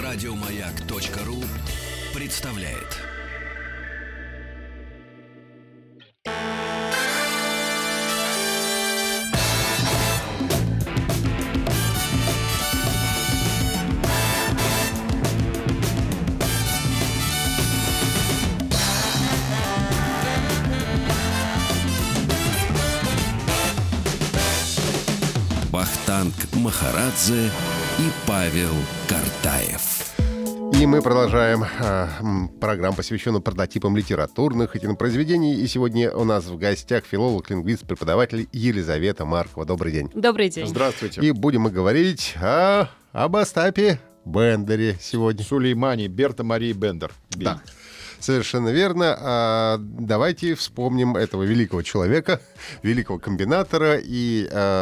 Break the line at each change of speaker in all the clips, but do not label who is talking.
Радиомаяк.ру представляет. Вахтанг Махарадзе и Павел Картаев.
И мы продолжаем программу, посвященную прототипам литературных и кинопроизведений. И сегодня у нас в гостях филолог, лингвист, преподаватель Елизавета Маркова. Добрый день.
Добрый день.
Здравствуйте.
И будем мы говорить об Остапе Бендере сегодня.
Сулеймани, Берта Марии Бендер.
Да, совершенно верно. Давайте вспомним этого великого человека, великого комбинатора. И,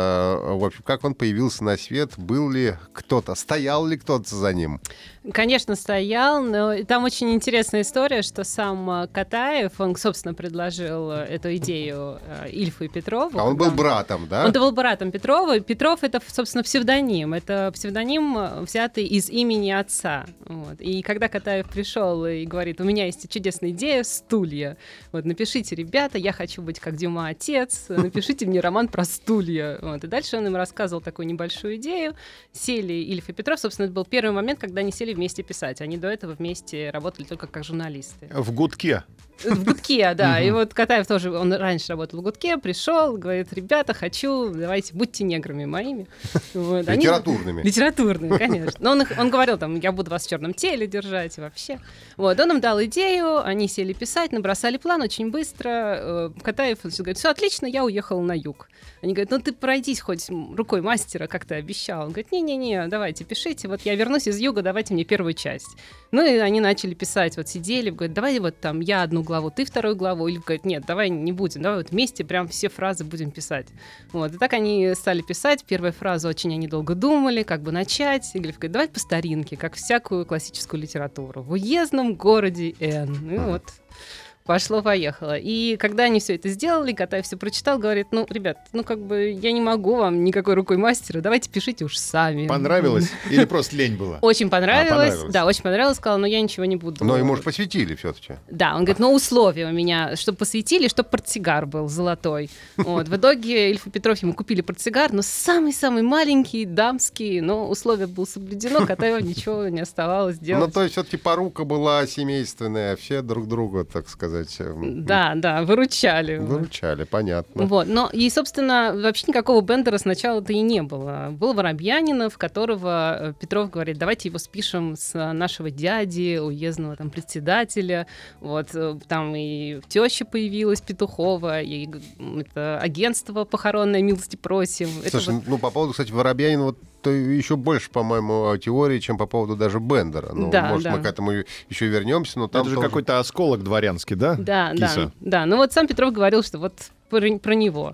в общем, как он появился на свет, был ли кто-то, стоял ли кто-то за ним?
Конечно, стоял, но там очень интересная история, что сам Катаев, он, собственно, предложил эту идею Ильфу и Петрову.
А он был братом, да?
Он был братом Петрова. Петров — это, собственно, псевдоним. Это псевдоним, взятый из имени отца. Вот. И когда Катаев пришел и говорит: у меня есть чудесная идея — стулья. Вот, напишите, ребята, я хочу быть как Дюма отец, напишите мне роман про стулья. Вот. И дальше он им рассказывал такую небольшую идею. Сели Ильф и Петров. Собственно, это был первый момент, когда они сели вместе писать. Они до этого вместе работали только как журналисты.
В гудке.
В гудке, да. И вот Катаев тоже, он раньше работал в гудке, пришел, говорит: ребята, хочу, давайте, будьте неграми моими. Вот.
Литературными.
Литературными, конечно. Но он говорил там: я буду вас в черном теле держать и вообще. Вот. Он им дал идею, они сели писать, набросали план очень быстро. Катаев говорит: все отлично, я уехал на юг. Они говорят: ну ты пройдись хоть рукой мастера, как ты обещал. Он говорит: не-не-не, давайте, пишите, вот я вернусь из юга, давайте мне первую часть. Ну и они начали писать, вот сидели, говорят: давай вот там я одну главу, ты вторую главу. Или говорит: нет, давай не будем, давай вот вместе прям все фразы будем писать. Вот. И так они стали писать. Первую фразу очень они долго думали, как бы начать. И говорит: давай по старинке, как всякую классическую литературу. В уездном городе Н. И вот пошло-поехало. И когда они все это сделали, Катаев все прочитал, говорит: ну, ребят, ну как бы я не могу вам никакой рукой мастера, давайте пишите уж сами.
Понравилось или просто лень было?
Очень понравилось. Да, очень понравилось. Сказал: но я ничего не буду.
Но ему же посвятили все-таки.
Да, он говорит: но условия у меня, чтобы посвятили, чтобы портсигар был золотой. Вот. В итоге Ильф и Петров ему купили портсигар, но самый-самый маленький, дамский, но условие было соблюдено, Катаеву ничего не оставалось делать.
Ну, то есть все-таки порука была семейственная, все друг друга, так сказать.
Да, выручали.
Выручали, понятно.
Вот. Но и, собственно, вообще никакого Бендера сначала-то и не было. Был Воробьянинов, которого Петров говорит: давайте его спишем с нашего дяди, уездного там председателя. Вот. Там и теща появилась Петухова, и это агентство похоронное «Милости просим».
Слушай,
это
ну по поводу, кстати, Воробьянинова, то еще больше, по-моему, теории, чем по поводу даже Бендера. Ну,
да,
может,
да.
мы к этому еще вернемся, но там
Это же
тоже
какой-то осколок дворянский, да?
Да. Ну вот сам Петров говорил, что вот про него.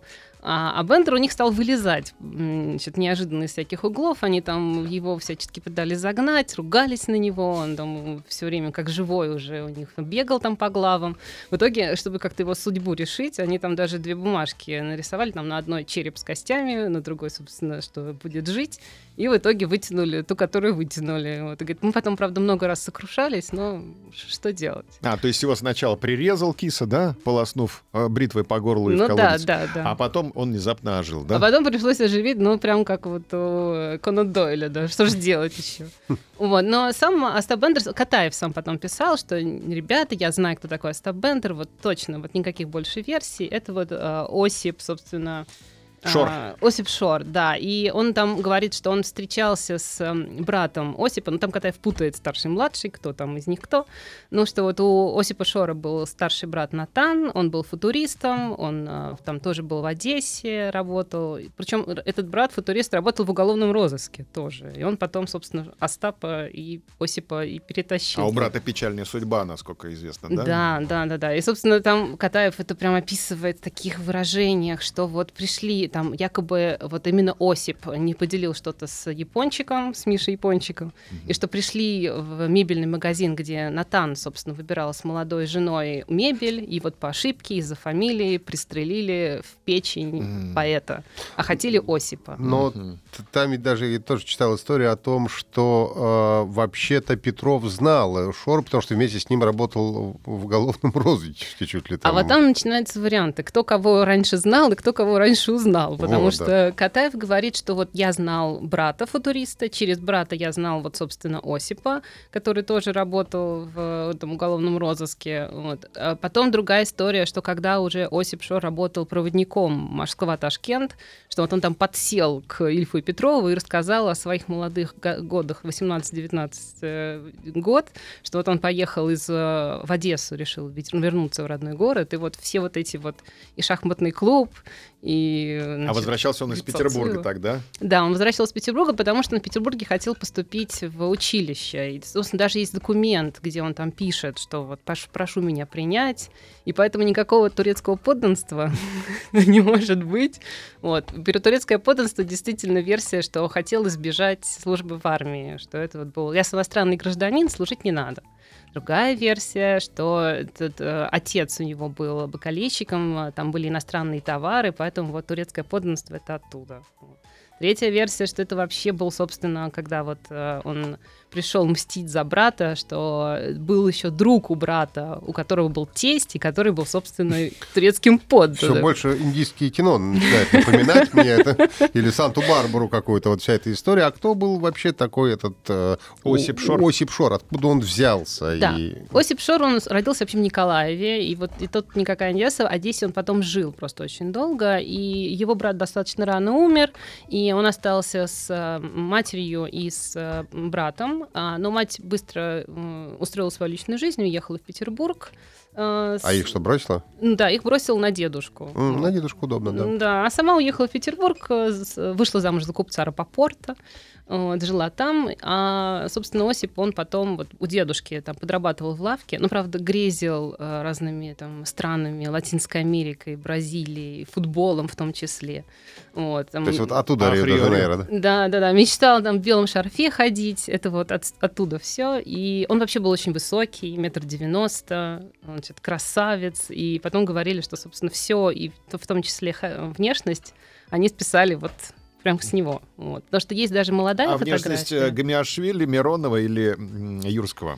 А Бендер у них стал вылезать, значит, неожиданно из всяких углов. Они там его всячески пытались загнать, ругались на него. Он там все время как живой уже у них бегал там по главам. В итоге, чтобы как-то его судьбу решить, они там даже две бумажки нарисовали. Там на одной череп с костями, на другой, собственно, что будет жить. И в итоге вытянули ту, которую вытянули. Вот. И говорит: мы потом, правда, много раз сокрушались, но что делать?
То есть его сначала прирезал киса, да, полоснув бритвой по горлу и в колодец.
Да.
А потом он внезапно ожил, да?
А потом пришлось оживить, ну, прям как вот у Конан Дойля, да, что же делать еще? Вот. Но сам Остап Бендер, Катаев сам потом писал, что: ребята, я знаю, кто такой Остап Бендер, вот точно, вот никаких больше версий. Это вот Осип, собственно,
Шор.
Осип Шор, да. И он там говорит, что он встречался с братом Осипа, ну там Катаев путает старший и младший, кто там из них кто. Ну что вот у Осипа Шора был старший брат Натан, он был футуристом, он там тоже был в Одессе, работал. Причем этот брат-футурист работал в уголовном розыске тоже. И он потом, собственно, Остапа и Осипа и перетащил.
А у брата печальная судьба, насколько известно, да?
Да. И, собственно, там Катаев это прям описывает в таких выражениях, что вот пришли там якобы вот именно Осип не поделил что-то с Япончиком, с Мишей Япончиком, и что пришли в мебельный магазин, где Натан, собственно, выбирал с молодой женой мебель, и вот по ошибке из-за фамилии пристрелили в печень поэта, а хотели Осипа.
Но там ведь даже я тоже читал историю о том, что вообще-то Петров знал Шора, потому что вместе с ним работал в уголовном розыске чуть ли там.
А вот там начинаются варианты, кто кого раньше знал и кто кого раньше узнал, потому
Вот,
что
да.
Катаев говорит, что вот я знал брата футуриста, через брата я знал вот, собственно, Осипа, который тоже работал в этом уголовном розыске. Вот. А потом другая история, что когда уже Осип Шор работал проводником Москва-Ташкент, что вот он там подсел к Ильфу и Петрову и рассказал о своих молодых годах, 18-19 год, что вот он поехал в Одессу, решил вернуться в родной город, и вот все вот эти вот и шахматный клуб, и... Значит,
А возвращался он из
лицо
Петербурга
Цуева.
тогда?
Да, он возвращался из Петербурга, потому что он в Петербурге хотел поступить в училище. И, собственно, даже есть документ, где он там пишет, что вот прошу меня принять, и поэтому никакого турецкого подданства не может быть. Вот. Турецкое подданство действительно версия, что хотел избежать службы в армии, что это вот был... Я иностранный гражданин, служить не надо. Другая версия, что отец у него был бакалейщиком, там были иностранные товары, поэтому вот турецкое подданство — это оттуда. Третья версия, что это вообще был, собственно, когда вот он пришел мстить за брата, что был еще друг у брата, у которого был тесть, и который был, собственно, турецким
Все
подданным.
больше индийские кино начинает напоминать мне это. Или Санту-Барбару какую-то, вот вся эта история. А кто был вообще такой этот...
Осип Шор.
Осип Шор. Откуда он взялся?
Да.
И...
Осип Шор, он родился вообще в Николаеве, и вот и тот никакая не Одесса, в Одессе он потом жил просто очень долго, и его брат достаточно рано умер, и он остался с матерью и с братом, но мать быстро устроила свою личную жизнь, уехала в Петербург.
А их что, бросила?
Да, их бросил на дедушку.
На дедушку удобно, да.
Да, а сама уехала в Петербург, вышла замуж за купца Рапопорта, вот, жила там, а, собственно, Осип, он потом вот у дедушки там подрабатывал в лавке, но, правда, грезил разными там странами, Латинской Америкой, Бразилией, футболом в том числе. Вот, там,
То есть вот оттуда
априори.
Рио-де-Жанейро, да?
да, мечтал там в белом шарфе ходить, это вот оттуда все. И он вообще был очень высокий, 1,90 м, значит, красавец. И потом говорили, что, собственно, все, и в том числе внешность, они списали вот прям с него. Вот. Потому что есть даже молодая
А внешность
фотография.
Гамиашвили, Миронова или Юрского?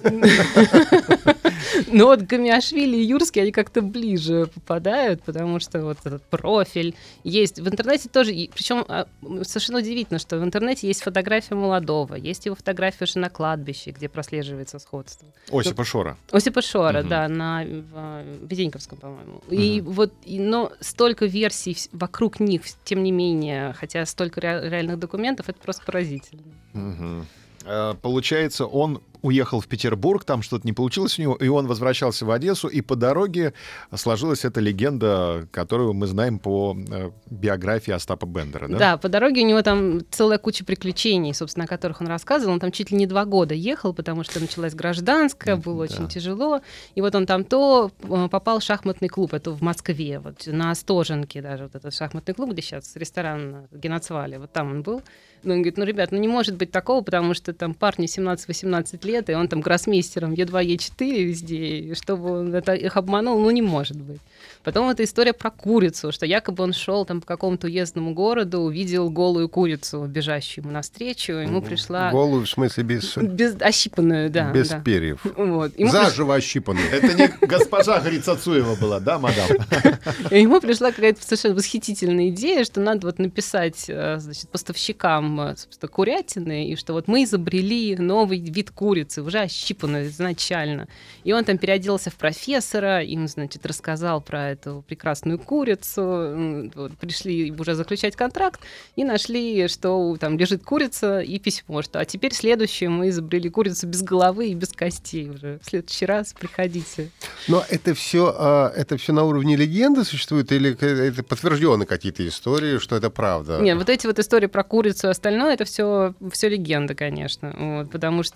Ну вот Гамиашвили и Юрский, они как-то ближе попадают, потому что вот этот профиль есть. В интернете тоже, причем совершенно удивительно, что в интернете есть фотография молодого, есть его фотография уже на кладбище, где прослеживается сходство.
Осипа Шора.
Осипа Шора,
Мгм.
да, в Веденьковском, по-моему. И вот, но столько версий вокруг них, тем не менее, хотя столько реальных документов, это просто поразительно.
Мгм. Получается, он уехал в Петербург, там что-то не получилось у него, и он возвращался в Одессу, и по дороге сложилась эта легенда, которую мы знаем по биографии Остапа Бендера, да?
Да, по дороге у него там целая куча приключений, собственно, о которых он рассказывал. Он там чуть ли не 2 года ехал, потому что началась гражданская, было очень тяжело. И вот он там то попал в шахматный клуб, это в Москве, вот на Остоженке даже, вот этот шахматный клуб, где сейчас ресторан Геноцвали, вот там он был. Но он говорит, ребят, не может быть такого, потому что там парню 17-18 лет, и он там гроссмейстером Е2, Е4 везде, и чтобы он их обманул, не может быть. Потом эта история про курицу, что якобы он шел там по какому-то уездному городу, увидел голую курицу, бежащую ему навстречу, ему пришла...
Голую, в смысле, без
ощипанную, да.
без
да.
перьев.
Вот.
Заживо ощипанную.
Это не госпожа Грицацуева была, да, мадам?
И ему пришла какая-то совершенно восхитительная идея, что надо вот написать, значит, поставщикам, собственно, курятины, и что вот мы изобрели новый вид курицы, уже ощипанную изначально. И он там переоделся в профессора, им, значит, рассказал про эту прекрасную курицу, вот, пришли уже заключать контракт и нашли, что там лежит курица и письмо, что а теперь следующее мы изобрели курицу без головы и без костей уже. В следующий раз приходите.
Но это все на уровне легенды существует или это подтверждены какие-то истории, что это правда?
Нет, вот эти вот истории про курицу и остальное, это все легенда, конечно. Вот, потому что,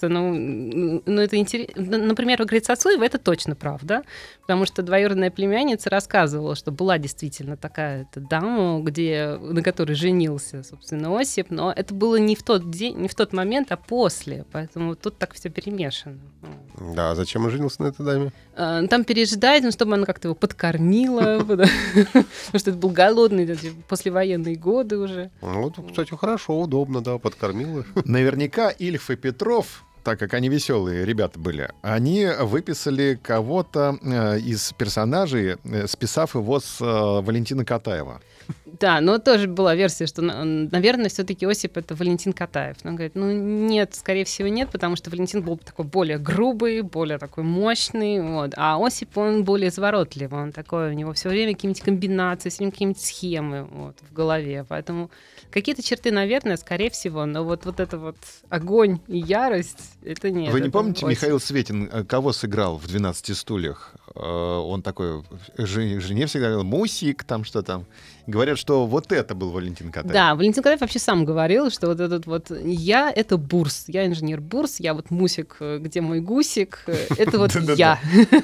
ну, это интересно. Например, говорит Сацуева, это точно правда, потому что двоюродная племянница рассказывала, что была действительно такая-то дама, на которой женился, собственно, Осип, но это было не в тот день, не в тот момент, а после, поэтому тут так все перемешано.
Да, зачем он женился на этой даме?
Там переждать, чтобы она как-то его подкормила, потому что это был голодный, послевоенные годы уже.
Ну, кстати, хорошо, удобно, да, подкормила.
Наверняка Ильф и Петров, так как они веселые ребята были, они выписали кого-то из персонажей, списав его с Валентина Катаева.
Да, но тоже была версия, что, наверное, все-таки Осип — это Валентин Катаев. Но он говорит, ну нет, скорее всего нет, потому что Валентин был такой более грубый, более такой мощный, вот. А Осип, он более изворотливый, он такой, у него все время какие-нибудь комбинации, все время какие-нибудь схемы вот, в голове. Поэтому какие-то черты, наверное, скорее всего, но вот это вот огонь и ярость, это нет.
Вы не помните,
Осип.
Михаил Светин, кого сыграл в «12 стульях»? Он такой жене всегда говорил «Мусик», там что там. Говорят, что вот это был Валентин Катаев.
Да, Валентин Катаев вообще сам говорил, что вот этот вот я — это Бурс, я инженер Бурс, я вот Мусик, где мой гусик, это вот я.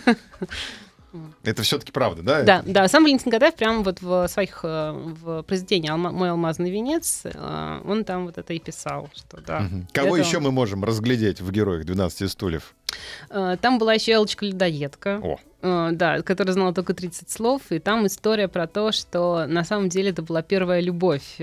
Это все-таки правда, да?
Да, да, сам Валентин Катаев прямо вот в своих в произведении «Мой алмазный венец» он там вот это и писал, что да.
Кого еще мы можем разглядеть в героях «12 стульев»?
Там была еще Элочка-людоедка. Да, которая знала только 30 слов, и там история про то, что на самом деле это была первая любовь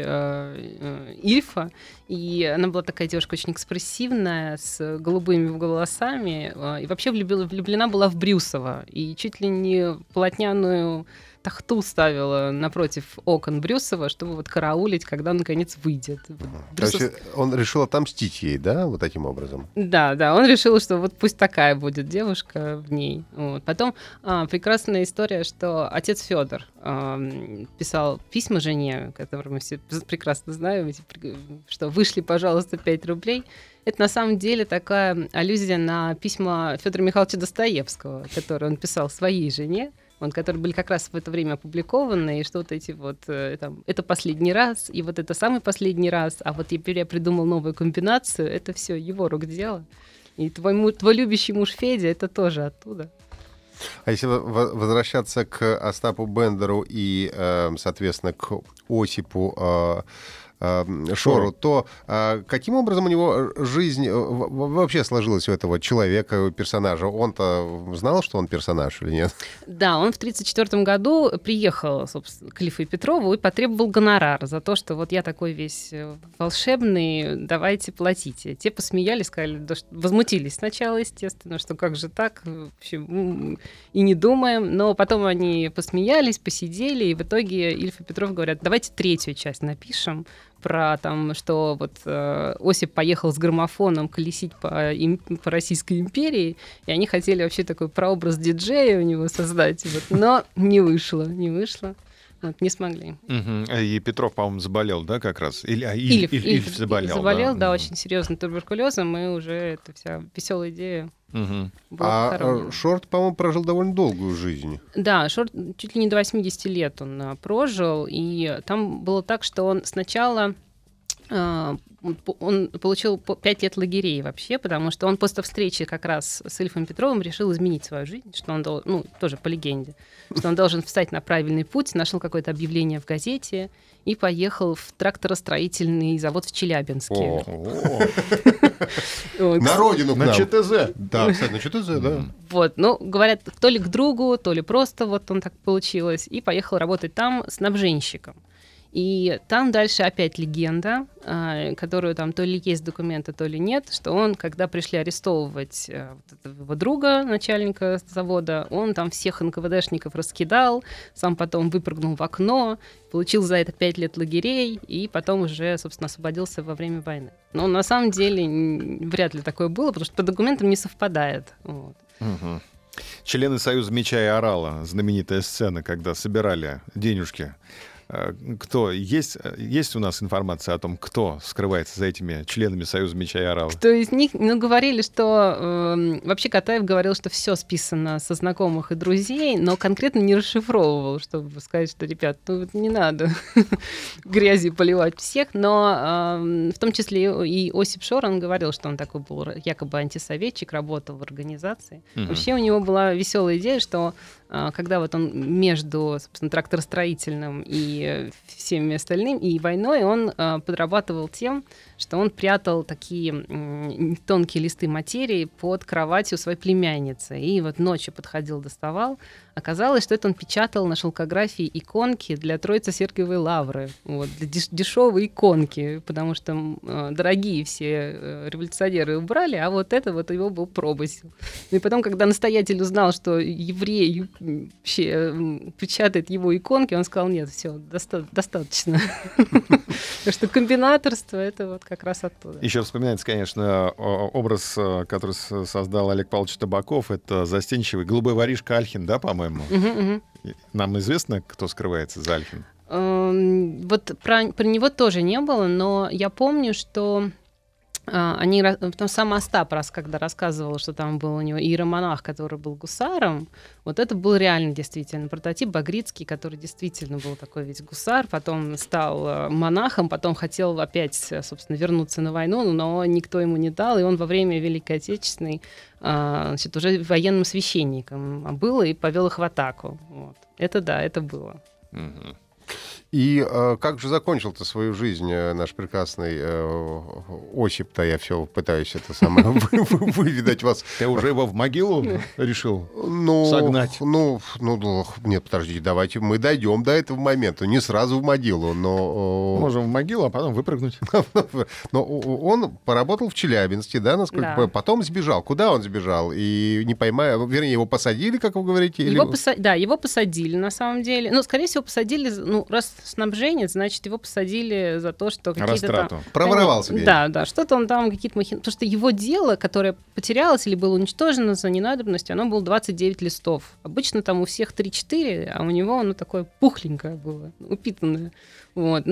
Ильфа, и она была такая девушка очень экспрессивная, с голубыми волосами, и вообще влюблена была в Брюсова, и чуть ли не полотняную тахту ставила напротив окон Брюсова, чтобы вот караулить, когда он наконец выйдет.
Брюсов... Короче, он решил отомстить ей, да, вот таким образом?
Да, да, он решил, что вот пусть такая будет девушка в ней. Вот. Потом прекрасная история, что отец Федор писал письма жене, которые мы все прекрасно знаем, что вышли, пожалуйста, 5 рублей. Это на самом деле такая аллюзия на письма Федора Михайловича Достоевского, которые он писал своей жене, которые были как раз в это время опубликованы, и что вот эти вот, там, это последний раз, и вот это самый последний раз, а вот теперь я придумал новую комбинацию, это все его рук дело. И твой любящий муж Федя, это тоже оттуда.
А если возвращаться к Остапу Бендеру и, соответственно, к Осипу Шору, то каким образом у него жизнь вообще сложилась у этого человека, персонажа? Он-то знал, что он персонаж или нет? Да,
он в 1934 году приехал, собственно, к Ильфу и Петрову и потребовал гонорар за то, что вот я такой весь волшебный, давайте платите. Те посмеялись, сказали, да, возмутились сначала, естественно, что как же так, в общем, и не думаем. Но потом они посмеялись, посидели, и в итоге Ильф и Петров говорят, давайте 3-ю часть напишем, про там, что вот Осип поехал с граммофоном колесить по Российской империи, и они хотели вообще такой прообраз диджея у него создать, вот, но не вышло. Вот, не смогли.
И Петров, по-моему, заболел, да, как раз?
Ильф
заболел.
Заболел, да, очень серьезно туберкулезом, и уже эта вся веселая идея была похоронена.
Шорт, по-моему, прожил довольно долгую жизнь.
Да, Шорт чуть ли не до 80 лет он прожил, и там было так, что он сначала... Он получил 5 лет лагерей вообще, потому что он после встречи как раз с Ильфом Петровым решил изменить свою жизнь, что он должен, ну, тоже по легенде, что он должен встать на правильный путь, нашел какое-то объявление в газете и поехал в тракторостроительный завод в Челябинске.
На родину к нам.
На ЧТЗ.
Да, кстати, на ЧТЗ, да.
Вот, ну, говорят, то ли к другу, то ли просто вот он так получилось, и поехал работать там снабженщиком. И там дальше опять легенда, которую там то ли есть документы, то ли нет, что он, когда пришли арестовывать его друга, начальника завода, он там всех НКВДшников раскидал, сам потом выпрыгнул в окно, получил за это 5 лет лагерей и потом уже, собственно, освободился во время войны. Но на самом деле вряд ли такое было, потому что по документам не совпадает. Вот.
Члены Союза меча и орала, знаменитая сцена, когда собирали денежки кто? Есть у нас информация о том, кто скрывается за этими членами Союза меча и орала?
Кто из них, говорили, что вообще Катаев говорил, что все списано со знакомых и друзей, но конкретно не расшифровывал, чтобы сказать, что, ребят, не надо грязью поливать всех, но в том числе и Осип Шоран говорил, что он такой был якобы антисоветчик, работал в организации. Вообще у него была веселая идея, что когда вот он между, собственно, тракторостроительным и всеми остальными, и войной, он подрабатывал тем, что он прятал такие тонкие листы материи под кроватью своей племянницы. И вот ночью подходил, доставал. Оказалось, что это он печатал на шелкографии иконки для Троице-Сергиевой лавры. Вот, для дешевые иконки, потому что дорогие все революционеры убрали, а вот это вот его был промысел. И потом, когда настоятель узнал, что еврей вообще печатает его иконки, он сказал, нет, все, достаточно. Так что комбинаторство — это вот как раз оттуда.
Еще вспоминается, конечно, образ, который создал Олег Павлович Табаков. Это застенчивый голубой воришка Альхин, да, по-моему? Нам известно, кто скрывается за Альхин?
Вот про него тоже не было, но я помню, что там сам Остап, когда рассказывал, что там был у него иеромонах, который был гусаром, вот это был реально действительно прототип Багрицкий, который действительно был такой весь гусар, потом стал монахом, потом хотел опять, собственно, вернуться на войну, но никто ему не дал, и он во время Великой Отечественной уже военным священником был и повел их в атаку. Вот. Это да, это было.
И как же закончил-то свою жизнь наш прекрасный Осип-то? Я все пытаюсь это самое выведать вас.
Ты уже его в могилу решил согнать?
Нет, подождите, давайте мы дойдем до этого момента. Не сразу в могилу, но...
Можем в могилу, а потом выпрыгнуть.
Но он поработал в Челябинске, да, насколько
да.
Потом сбежал. Куда он сбежал? И не поймаю, вернее, его посадили, как вы говорите?
Да, его посадили, на самом деле. Ну, скорее всего, посадили, раз снабженец, значит, его посадили за то, что какие-то там...
Проворовался.
Да, что-то он там, какие-то махинации. Потому что его дело, которое потерялось или было уничтожено за ненадобностью, оно было 29 листов. Обычно там у всех 3-4, а у него оно такое пухленькое было, упитанное. Вот.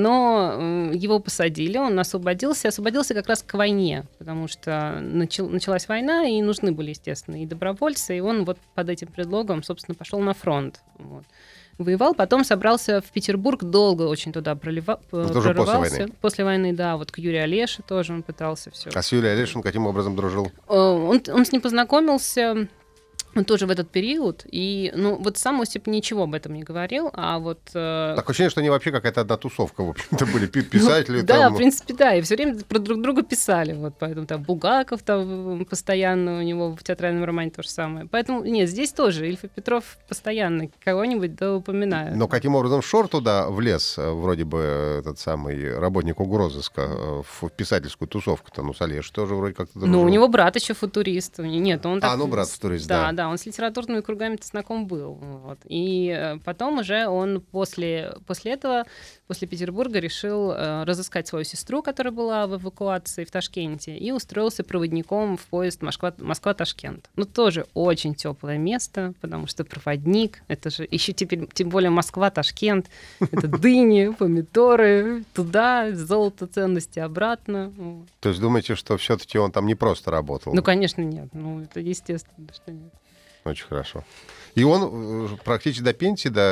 Но его посадили, он освободился как раз к войне, потому что началась война, и нужны были, естественно, и добровольцы, и он вот под этим предлогом, собственно, пошел на фронт. Вот. Воевал, потом собрался в Петербург, долго очень туда прорывался. После войны, да, вот к Юрию Олеше тоже он пытался все.
А с Юрием Олешем каким образом дружил?
Он с ним познакомился тоже в этот период, и, вот сам Осип ничего об этом не говорил, а вот...
Такое ощущение, что они вообще какая-то одна тусовка, в общем-то, были писатели.
Да, в принципе, да, и все время про друг друга писали, вот, поэтому там Булгаков там постоянно у него в театральном романе то же самое. Поэтому, нет, здесь тоже Ильф и Петров постоянно кого-нибудь упоминают.
Но каким образом Шор туда влез, вроде бы, этот самый работник угрозыска, в писательскую тусовку-то, с Олеш тоже вроде как-то дружил.
У него брат еще футурист, нет, он так...
брат футурист, да.
Да, он с литературными кругами-то знаком был. Вот. И потом уже он после этого, после Петербурга, решил разыскать свою сестру, которая была в эвакуации в Ташкенте, и устроился проводником в поезд Москва-Ташкент. Тоже очень теплое место, потому что проводник, это же еще теперь, тем более Москва-Ташкент, это дыни, помидоры, туда, золото, ценности обратно.
То есть думаете, что все-таки он там не просто работал?
Конечно, нет. Это естественно, что нет.
Очень хорошо. И он практически до пенсии, да,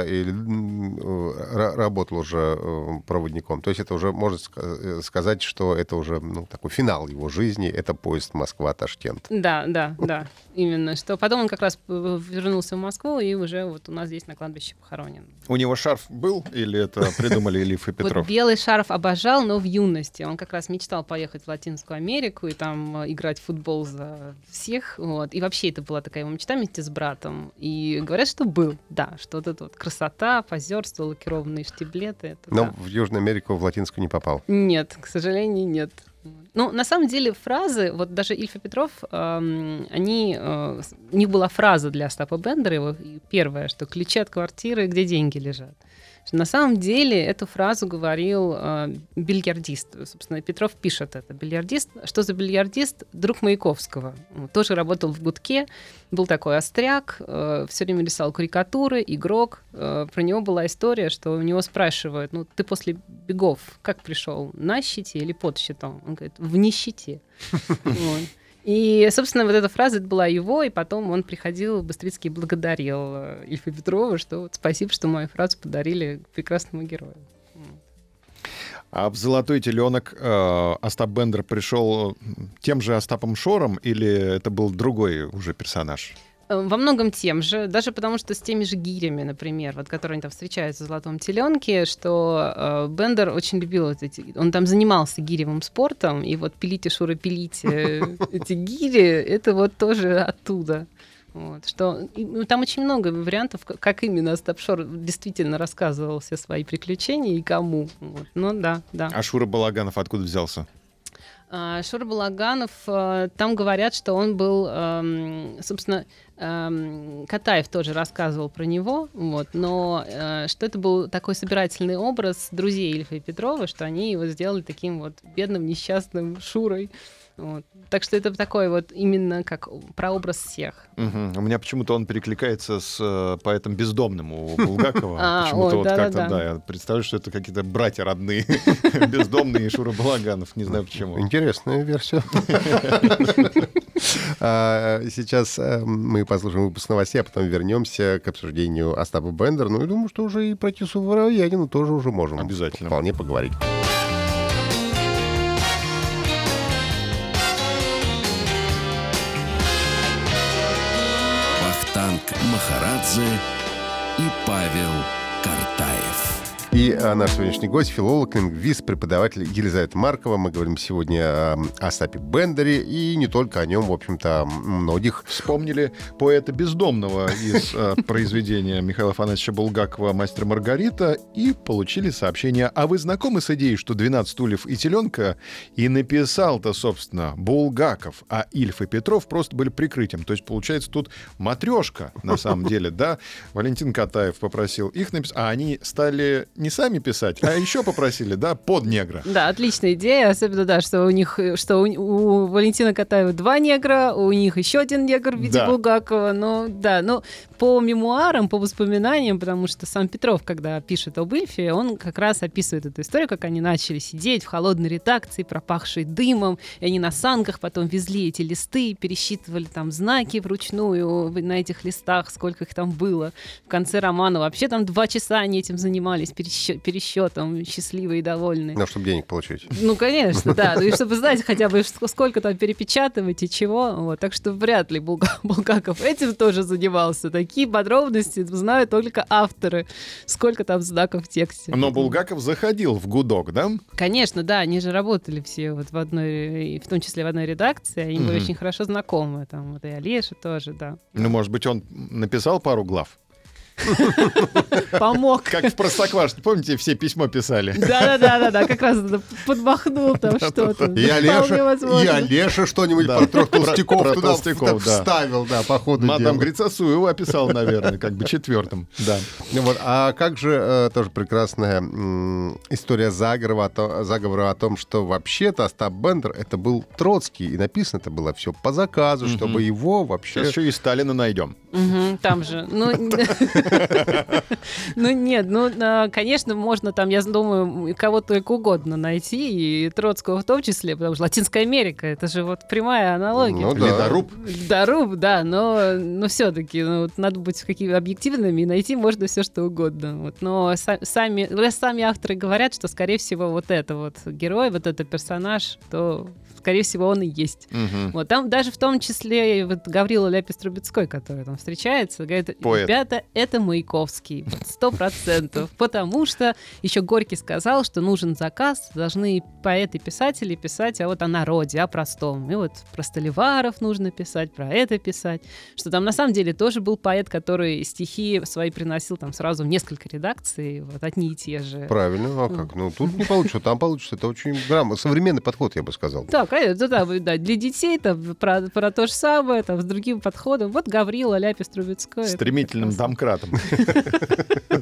работал уже проводником. То есть это уже, можно сказать, что это уже такой финал его жизни. Это поезд Москва-Ташкент.
Да. Именно. Что потом он как раз вернулся в Москву и уже вот у нас здесь на кладбище похоронен.
У него шарф был или это придумали Ильф и Петров?
Вот белый шарф обожал, но в юности. Он как раз мечтал поехать в Латинскую Америку и там играть в футбол за всех. Вот. И вообще это была такая его мечта вместе с братом. И говорят, что был, да, что вот эта вот красота, позерство, лакированные штиблеты.
Но в Южную Америку, в Латинскую не попал?
Нет, к сожалению, нет. На самом деле фразы, вот даже Ильф и Петров, у них была фраза для Остапа Бендера, его первая, что ключи от квартиры, где деньги лежат. Что на самом деле эту фразу говорил бильярдист. Собственно, Петров пишет это. Бильярдист. Что за бильярдист? Друг Маяковского. Тоже работал в гудке. Был такой остряк. Все время рисовал карикатуры, игрок. Про него была история, что у него спрашивают: ну, ты после бегов как пришел? На щите или под щитом? Он говорит: в нищете. И, собственно, вот эта фраза, это была его, и потом он приходил в Быстрицкий и благодарил Ильфа Петрова, что вот спасибо, что мою фразу подарили прекрасному герою.
А в «Золотой теленок» Остап Бендер пришел тем же Остапом Шором, или это был другой уже персонаж?
Во многом тем же, даже потому что с теми же гирями, например, вот, которые они там встречаются в «Золотом теленке», что Бендер очень любил он там занимался гиревым спортом, и вот «Пилите, Шура, пилите» эти гири, это вот тоже оттуда. Вот, что, там очень много вариантов, как именно Остап Шор действительно рассказывал все свои приключения и кому. Вот. Ну да.
А Шура Балаганов откуда взялся?
Шура Балаганов, там говорят, что он был, собственно, Катаев тоже рассказывал про него, вот, но что это был такой собирательный образ друзей Ильфа и Петрова, что они его сделали таким вот бедным, несчастным Шурой. Вот. Так что это такой вот именно как прообраз всех.
У меня почему-то он перекликается с поэтом Бездомным у Булгакова. Почему-то вот как-то, да, я представляю, что это какие-то братья родные. Бездомные и Шура Балаганов. Не знаю почему.
Интересная версия. Сейчас мы послушаем выпуск новостей, а потом вернемся к обсуждению Остапа Бендера. Ну, и думаю, что уже и про Тису Воробьянину тоже уже можем
обязательно
вполне поговорить.
Вахтанг Махарадзе и Павел Картаев.
И наш сегодняшний гость — филолог, лингвист, преподаватель Елизавета Маркова. Мы говорим сегодня о Остапе Бендере, и не только о нем, в общем-то, многих.
Вспомнили поэта Бездомного из произведения Михаила Афанасьевича Булгакова «Мастер и Маргарита» и получили сообщение: а вы знакомы с идеей, что 12 стульев и теленка? И написал-то, собственно, Булгаков, а Ильф и Петров просто были прикрытием. То есть, получается, тут матрешка, на самом деле, да? Валентин Катаев попросил их написать, а они стали не сами писать, а еще попросили, да, под негра.
Да, отличная идея, особенно, да, что у них, что у Валентина Катаева 2 негра, у них еще один негр в виде Булгакова, но по мемуарам, по воспоминаниям, потому что сам Петров, когда пишет об Ильфе, он как раз описывает эту историю, как они начали сидеть в холодной редакции, пропахшей дымом, и они на санках потом везли эти листы, пересчитывали там знаки вручную на этих листах, сколько их там было. В конце романа вообще там 2 часа они этим занимались, пересчетом, счастливые и довольные.
Ну, чтобы денег получить.
Ну, конечно, да. И чтобы знать хотя бы, сколько там перепечатывать и чего. Вот. Так что вряд ли Булгаков этим тоже занимался. Такие подробности знают только авторы. Сколько там знаков в тексте.
Но Булгаков заходил в гудок, да?
Конечно, да. Они же работали все вот в одной, в том числе в одной редакции. Они были очень хорошо знакомы. Там вот и Олеша тоже, да.
Ну, может быть, он написал пару глав?
Помог.
Как в Простоквашино, помните, все письмо писали?
Да, как раз подмахнул там что-то.
Я Леша что-нибудь про 3 толстяков туда вставил, да, по ходу дела.
Мадам Грицасуева описал, наверное, как бы 4-м, да.
А как же тоже прекрасная история заговора о том, что вообще-то Остап Бендер — это был Троцкий, и написано это было все по заказу, чтобы его вообще...
Сейчас еще и Сталина найдем.
Там же. Конечно, можно там, я думаю, кого только угодно найти, и Троцкого в том числе, потому что Латинская Америка — это же вот прямая аналогия.
Ну, да.
Ледоруб, да, но все-таки надо быть объективными, и найти можно все, что угодно. Вот. Но сами авторы говорят, что, скорее всего, вот это вот герой, вот этот персонаж, то, скорее всего, он и есть. Вот. Там даже в том числе вот Гаврила Ляпис-Трубецкой, который там встречается, говорит: ребята, это Маяковский, 100%. Потому что еще Горький сказал, что нужен заказ, должны поэты-писатели писать о народе, о простом. И вот про Столиваров нужно писать, про это писать. Что там на самом деле тоже был поэт, который стихи свои приносил там сразу в несколько редакций, вот одни и те же.
Правильно, а как? Ну, тут не получится, там получится. Это очень современный подход, я бы сказал.
Да, конечно, да, для детей там про то же самое, там, с другим подходом. Вот Гаврила Ляпис-Трубецкой.
Стремительным домкратом.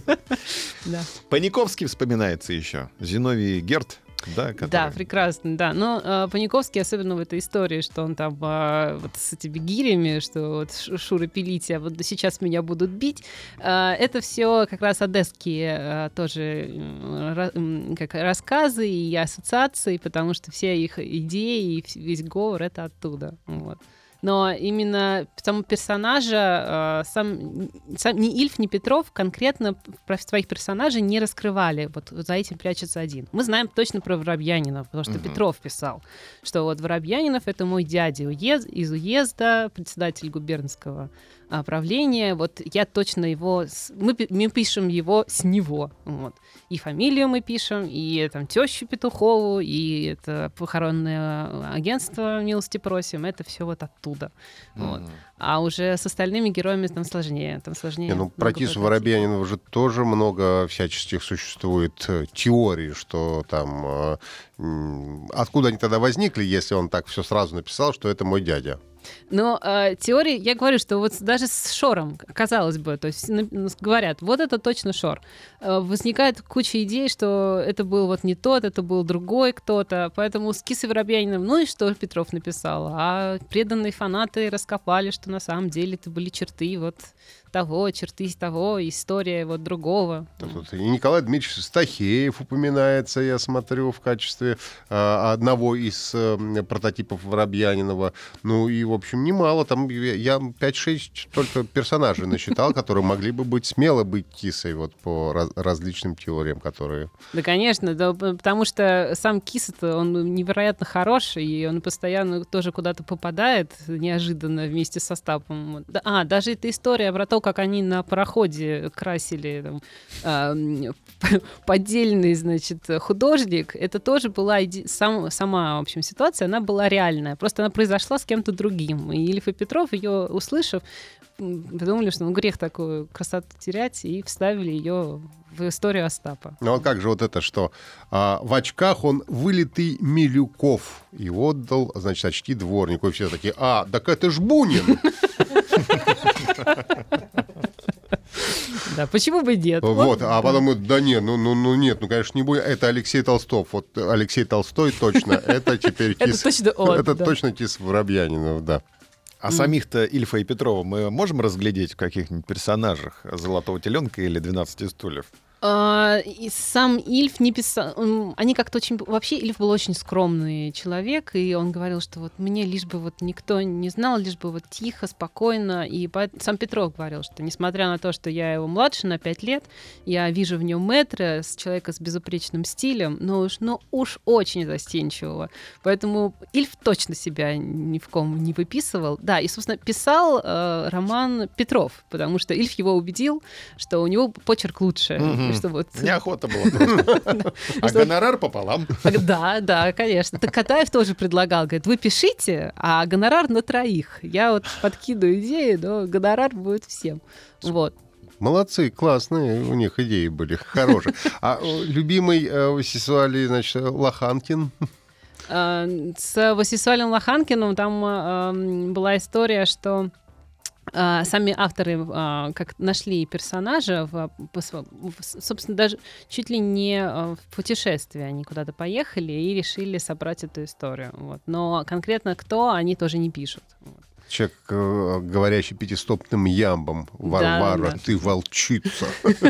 Да.
Паниковский вспоминается еще. Зиновий Герд. Да, который...
Да, прекрасно, да. Но Паниковский, особенно в этой истории, что он там вот с этими гирями, что вот Шура пилите, а вот сейчас меня будут бить, это все как раз одесские тоже как рассказы и ассоциации, потому что все их идеи и весь говор — это оттуда. Вот. Но именно самого персонажа, сам ни Ильф, ни Петров конкретно про своих персонажей не раскрывали. Вот за этим прячется один. Мы знаем точно про Воробьянинова, потому что Петров писал, что вот Воробьянинов — это мой дядя из уезда, председатель губернского правления. Вот я точно его... Мы пишем его с него. Вот. И фамилию мы пишем, и там тещу Петухову, и это похоронное агентство «Милости просим». Это все вот оттуда. Вот. А уже с остальными героями там сложнее.
Про Кису Воробьянинова же тоже много всяческих существует теорий, что там... Откуда они тогда возникли, если он так все сразу написал, что это мой дядя?
Но теории, я говорю, что вот даже с Шором, казалось бы, то есть говорят, вот это точно Шор. Возникает куча идей, что это был вот не тот, это был другой кто-то. Поэтому с Кисой Воробьяниновым, ну и что Петров написал? А преданные фанаты раскопали, что на самом деле это были черты вот того, черты того, история вот другого.
Тут и Николай Дмитриевич Стахеев упоминается, я смотрю, в качестве одного из прототипов Воробьянинова. Ну и, в общем, немало. Там я 5-6 только персонажей насчитал, которые могли бы смело быть Кисой вот по различным теориям, которые...
Да, конечно, да, потому что сам Киса-то, он невероятно хороший, и он постоянно тоже куда-то попадает неожиданно вместе с Остапом. Даже эта история про то, как они на пароходе красили поддельный, значит, художник, это тоже была сама, в общем, ситуация, она была реальная. Просто она произошла с кем-то другим. И Ильф и Петров, ее услышав, подумали, что грех такую красоту терять, и вставили ее в историю Остапа.
Ну а как же вот это, что в очках он вылитый Милюков и отдал, значит, очки дворнику. И все такие, так это ж Бунин!
Да, почему бы нет?
Вот, а потом, нет, конечно, не будет. Это Алексей Толстов. Вот Алексей Толстой точно. Это теперь Кис. Это точно Кис Воробьянинов, да.
А самих-то Ильфа и Петрова мы можем разглядеть в каких-нибудь персонажах «Золотого теленка» или «12 стульев»?
И сам Ильф не писал... Они как-то очень... Вообще Ильф был очень скромный человек, и он говорил, что вот мне лишь бы вот никто не знал, лишь бы вот тихо, спокойно. И сам Петров говорил, что несмотря на то, что я его младше на 5 лет, я вижу в нем мэтра, человека с безупречным стилем, но уж очень застенчивого. Поэтому Ильф точно себя ни в ком не выписывал. Да, и, собственно, писал роман Петров, потому что Ильф его убедил, что у него почерк лучше. Что вот...
Неохота была просто. А гонорар пополам.
Да, конечно. Так Катаев тоже предлагал, говорит, вы пишите, а гонорар на 3. Я вот подкидываю идеи, но гонорар будет всем. Вот.
Молодцы, классные у них идеи были, хорошие. А любимый Васисуалий, значит, Лоханкин?
С Васисуалием Лоханкиным там была история, что сами авторы как нашли персонажа, собственно, даже чуть ли не в путешествии они куда-то поехали и решили собрать эту историю. Вот. Но конкретно кто, они тоже не пишут.
Человек, говорящий пятистопным ямбом. Варвара,
да.
Ты волчица.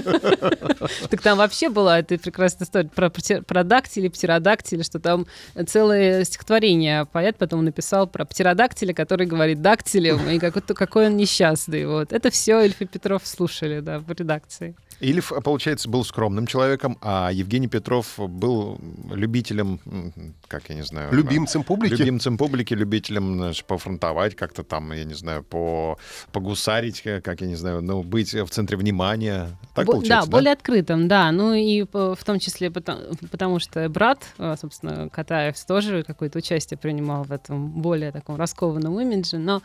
Так там вообще была эта прекрасная история про дактили, птеродактили, что там целое стихотворение поэт потом написал про птеродактиля, который говорит дактилем, и какой он несчастный. Вот. Это все Ильф и Петров слушали, да, в редакции.
Ильф, получается, был скромным человеком, а Евгений Петров был любителем, как я не знаю...
Любимцем публики?
Любимцем публики, любителем, значит, пофронтовать как-то там, я не знаю, погусарить, как я не знаю, быть в центре внимания. Так получается,
да? Более открытым, да. Ну и в том числе потому что брат, собственно, Катаев тоже какое-то участие принимал в этом более таком раскованном имидже, но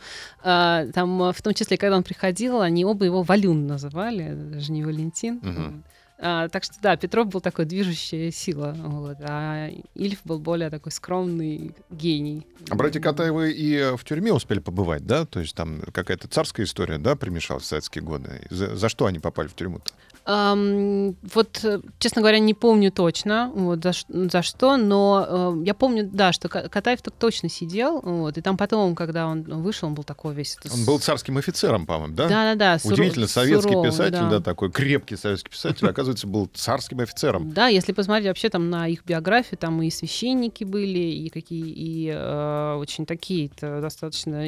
там в том числе, когда он приходил, они оба его Валюн называли, даже не Валентин. Так что, да, Петров был такой движущая сила, вот, а Ильф был более такой скромный гений.
А братья Катаевы и в тюрьме успели побывать, да? То есть там какая-то царская история, да, примешалась в советские годы? За что они попали в тюрьму-то?
Вот, честно говоря, не помню точно, вот, за что, но я помню, да, что Катаев так точно сидел, вот, и там потом, когда он вышел, он был такой весь...
Он был царским офицером, по-моему, да?
Да.
Удивительно, советский
суровый,
писатель, да, такой крепкий советский писатель, оказывается, был царским офицером.
Да, если посмотреть вообще там на их биографию, там и священники были, и очень такие-то достаточно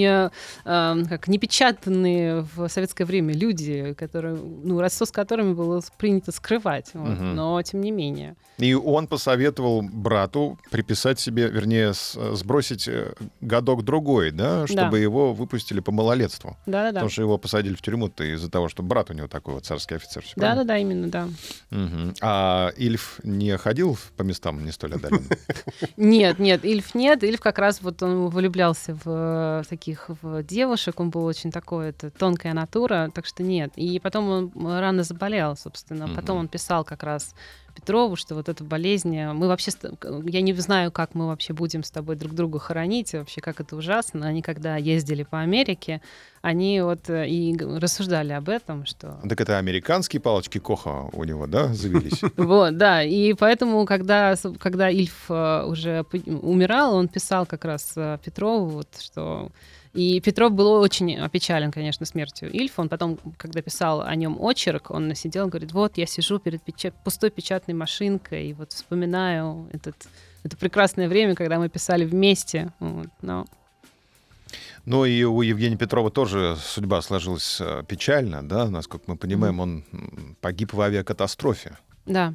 непечатанные в советское время люди, которые, родство с которыми было принято скрывать, вот, но тем не менее.
И он посоветовал брату приписать себе, вернее, сбросить годок другой, да, чтобы его выпустили по малолетству.
Да.
Потому что его посадили в тюрьму-то из-за того, что брат у него такой вот царский офицер.
Да, именно, да.
А Ильф не ходил по местам не столь отдаленным?
Нет, Ильф нет. Ильф как раз вот он влюблялся в девушек, он был очень такой, это тонкая натура, так что нет. И потом он рано заболел, собственно. Потом он писал как раз Петрову, что вот эта болезнь, мы вообще, я не знаю, как мы вообще будем с тобой друг друга хоронить, вообще как это ужасно. Они когда ездили по Америке, они вот и рассуждали об этом, что...
Так это американские палочки Коха у него, да, завелись?
Вот, да, и поэтому, когда Ильф уже умирал, он писал как раз Петрову, вот, что... И Петров был очень опечален, конечно, смертью Ильфа. Он потом, когда писал о нем очерк, он сидел и говорит, вот, я сижу перед пустой печатной машинкой и вот вспоминаю это прекрасное время, когда мы писали вместе. Вот,
Ну и у Евгения Петрова тоже судьба сложилась печально, да, насколько мы понимаем, он погиб в авиакатастрофе.
Да.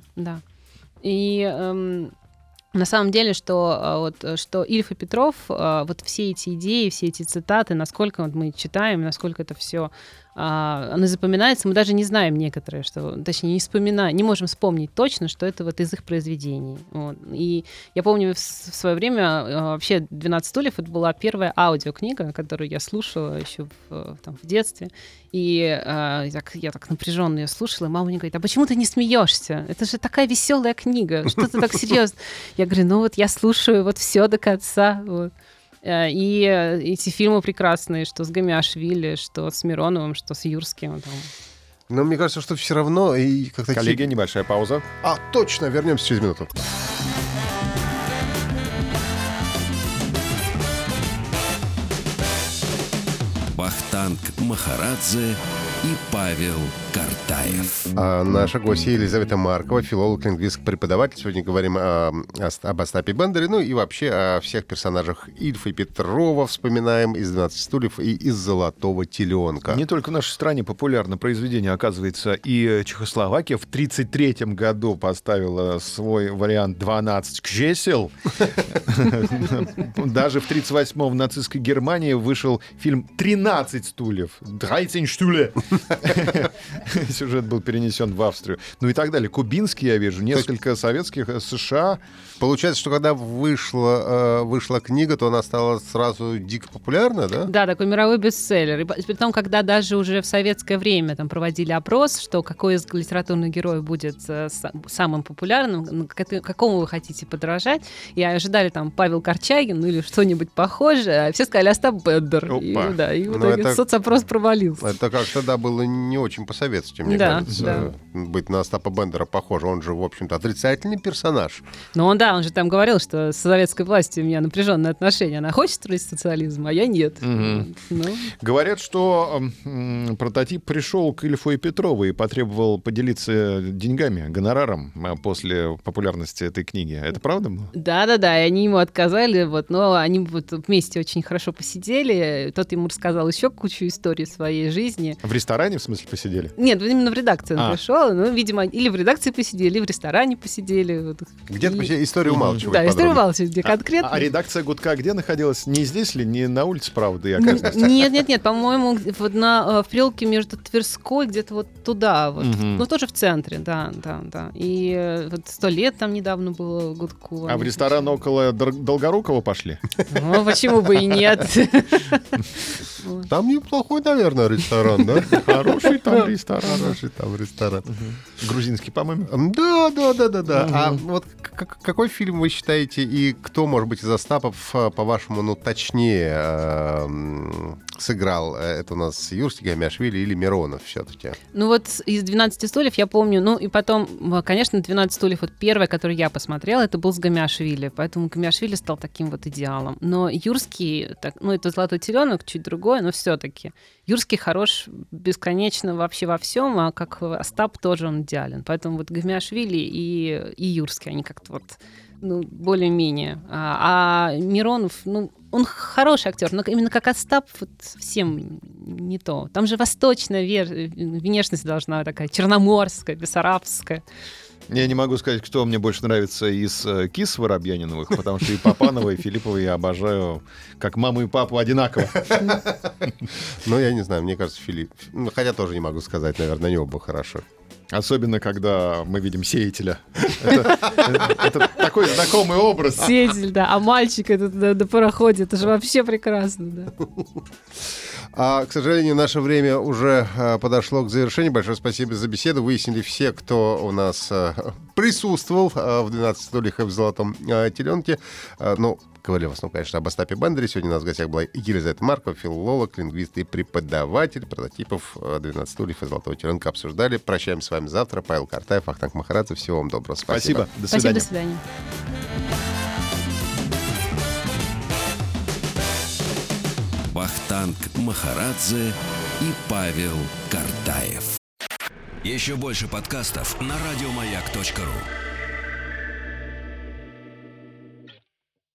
И... На самом деле, что Ильф и Петров, вот все эти идеи, все эти цитаты, насколько вот мы читаем, насколько это все оно запоминается, мы даже не знаем некоторые, точнее, не можем вспомнить точно, что это вот из их произведений. Вот. И я помню в свое время вообще «12 стульев» это была первая аудиокнига, которую я слушала еще в детстве. И я так напряженно ее слушала, и мама мне говорит, а почему ты не смеешься? Это же такая веселая книга, что ты так серьезно? Я говорю, я слушаю вот все до конца. Вот. И эти фильмы прекрасные, что с Гамиашвили, что с Мироновым, что с Юрским.
Но мне кажется, что все равно... И как-то
коллеги, небольшая пауза.
Точно, вернемся через минуту.
Вахтанг Махарадзе и Павел Картаев.
Наша гостья Елизавета Маркова, филолог, лингвист, преподаватель. Сегодня говорим об Остапе Бендере, ну и вообще о всех персонажах Ильфа и Петрова вспоминаем из «12 стульев» и из «Золотого теленка».
Не только в нашей стране популярно произведение, оказывается, и Чехословакия в 1933 году поставила свой вариант «12 кжесел». Даже в 1938 в нацистской Германии вышел фильм «13 стульев». 13 стульев. Сюжет был перенесен в Австрию. Ну и так далее. Кубинский, я вижу, несколько советских, США.
Получается, что когда вышла книга, то она стала сразу дико популярна, да?
Да, такой мировой бестселлер. И при том, когда даже уже в советское время там проводили опрос, что какой из литературных героев будет самым популярным, какому вы хотите подражать, и ожидали там Павел Корчагин или что-нибудь похожее, а все сказали Остап Бендер. И в итоге соцопрос провалился.
Это как-то, да, было не очень по-советски, мне кажется, быть на Остапа Бендера похоже. Он же, в общем-то, отрицательный персонаж.
Ну, он же там говорил, что с советской властью у меня напряженные отношения. Она хочет строить социализм, а я нет.
Говорят, что прототип пришел к Ильфу и Петрову и потребовал поделиться деньгами, гонораром после популярности этой книги. Это правда было?
Да, и они ему отказали, но они вместе очень хорошо посидели. Тот ему рассказал еще кучу историй своей жизни.
В ресторане, в смысле, посидели?
Нет, именно в редакции он пришел. Ну, видимо, или в редакции посидели, или в ресторане посидели.
Где-то посидели. Историю умалчивать.
Да, историю умалчивать, где конкретно.
А редакция «Гудка» где находилась? Не здесь ли? Не на улице Правды и Окрестности?
Нет, по-моему, в переулке между Тверской, где-то вот туда. Ну, тоже в центре, да. И 100 лет там недавно было «Гудку».
А в ресторан около Долгорукова пошли?
Ну, почему бы и нет?
Там неплохой, наверное, ресторан, да?
Хороший там ресторан.
Хороший там ресторан.
Грузинский, по-моему.
Да. А вот какой фильм вы считаете, и кто, может быть, из Остапов, по-вашему, точнее сыграл? Это у нас Юрский, Гамиашвили или Миронов все-таки?
Ну вот из «12 стульев» я помню, и потом, конечно, «12 стульев», вот первое, которое я посмотрела, это был с Гамиашвили, поэтому Гамиашвили стал таким вот идеалом. Но Юрский, это «Золотой теленок», чуть другое, но все-таки. Юрский хорош бесконечно вообще во всем, а как Остап тоже он идеален. Поэтому вот Гамиашвили и Юрский, они как-то вот более-менее. А Миронов, он хороший актер, но именно как Остап вот совсем не то. Там же восточная внешность должна такая, черноморская, бессарабская.
Я не могу сказать, кто мне больше нравится из кис Воробьяниновых, потому что и Папанова, и Филиппова я обожаю, как маму и папу одинаково.
Я не знаю, мне кажется, Филипп... хотя тоже не могу сказать, наверное, они оба хорошо.
Особенно, когда мы видим сеятеля. Это такой знакомый образ.
Сеятель, да. А мальчик этот на пароходе, это же вообще прекрасно, да.
К сожалению, наше время уже подошло к завершению. Большое спасибо за беседу. Выяснили все, кто у нас присутствовал в «12 стульях» и в «Золотом теленке». Говорили в основном, конечно, об Остапе Бендере. Сегодня у нас в гостях была Елизавета Маркова, филолог, лингвист и преподаватель. Прототипов «12 стульев» и «Золотого теленка» обсуждали. Прощаемся с вами завтра. Павел Картаев, Вахтанг Махарадзе. Всего вам доброго. Спасибо.
До свидания.
Спасибо, до свидания.
Вахтанг Махарадзе и Павел Картаев. Еще больше подкастов на радиомаяк.ру.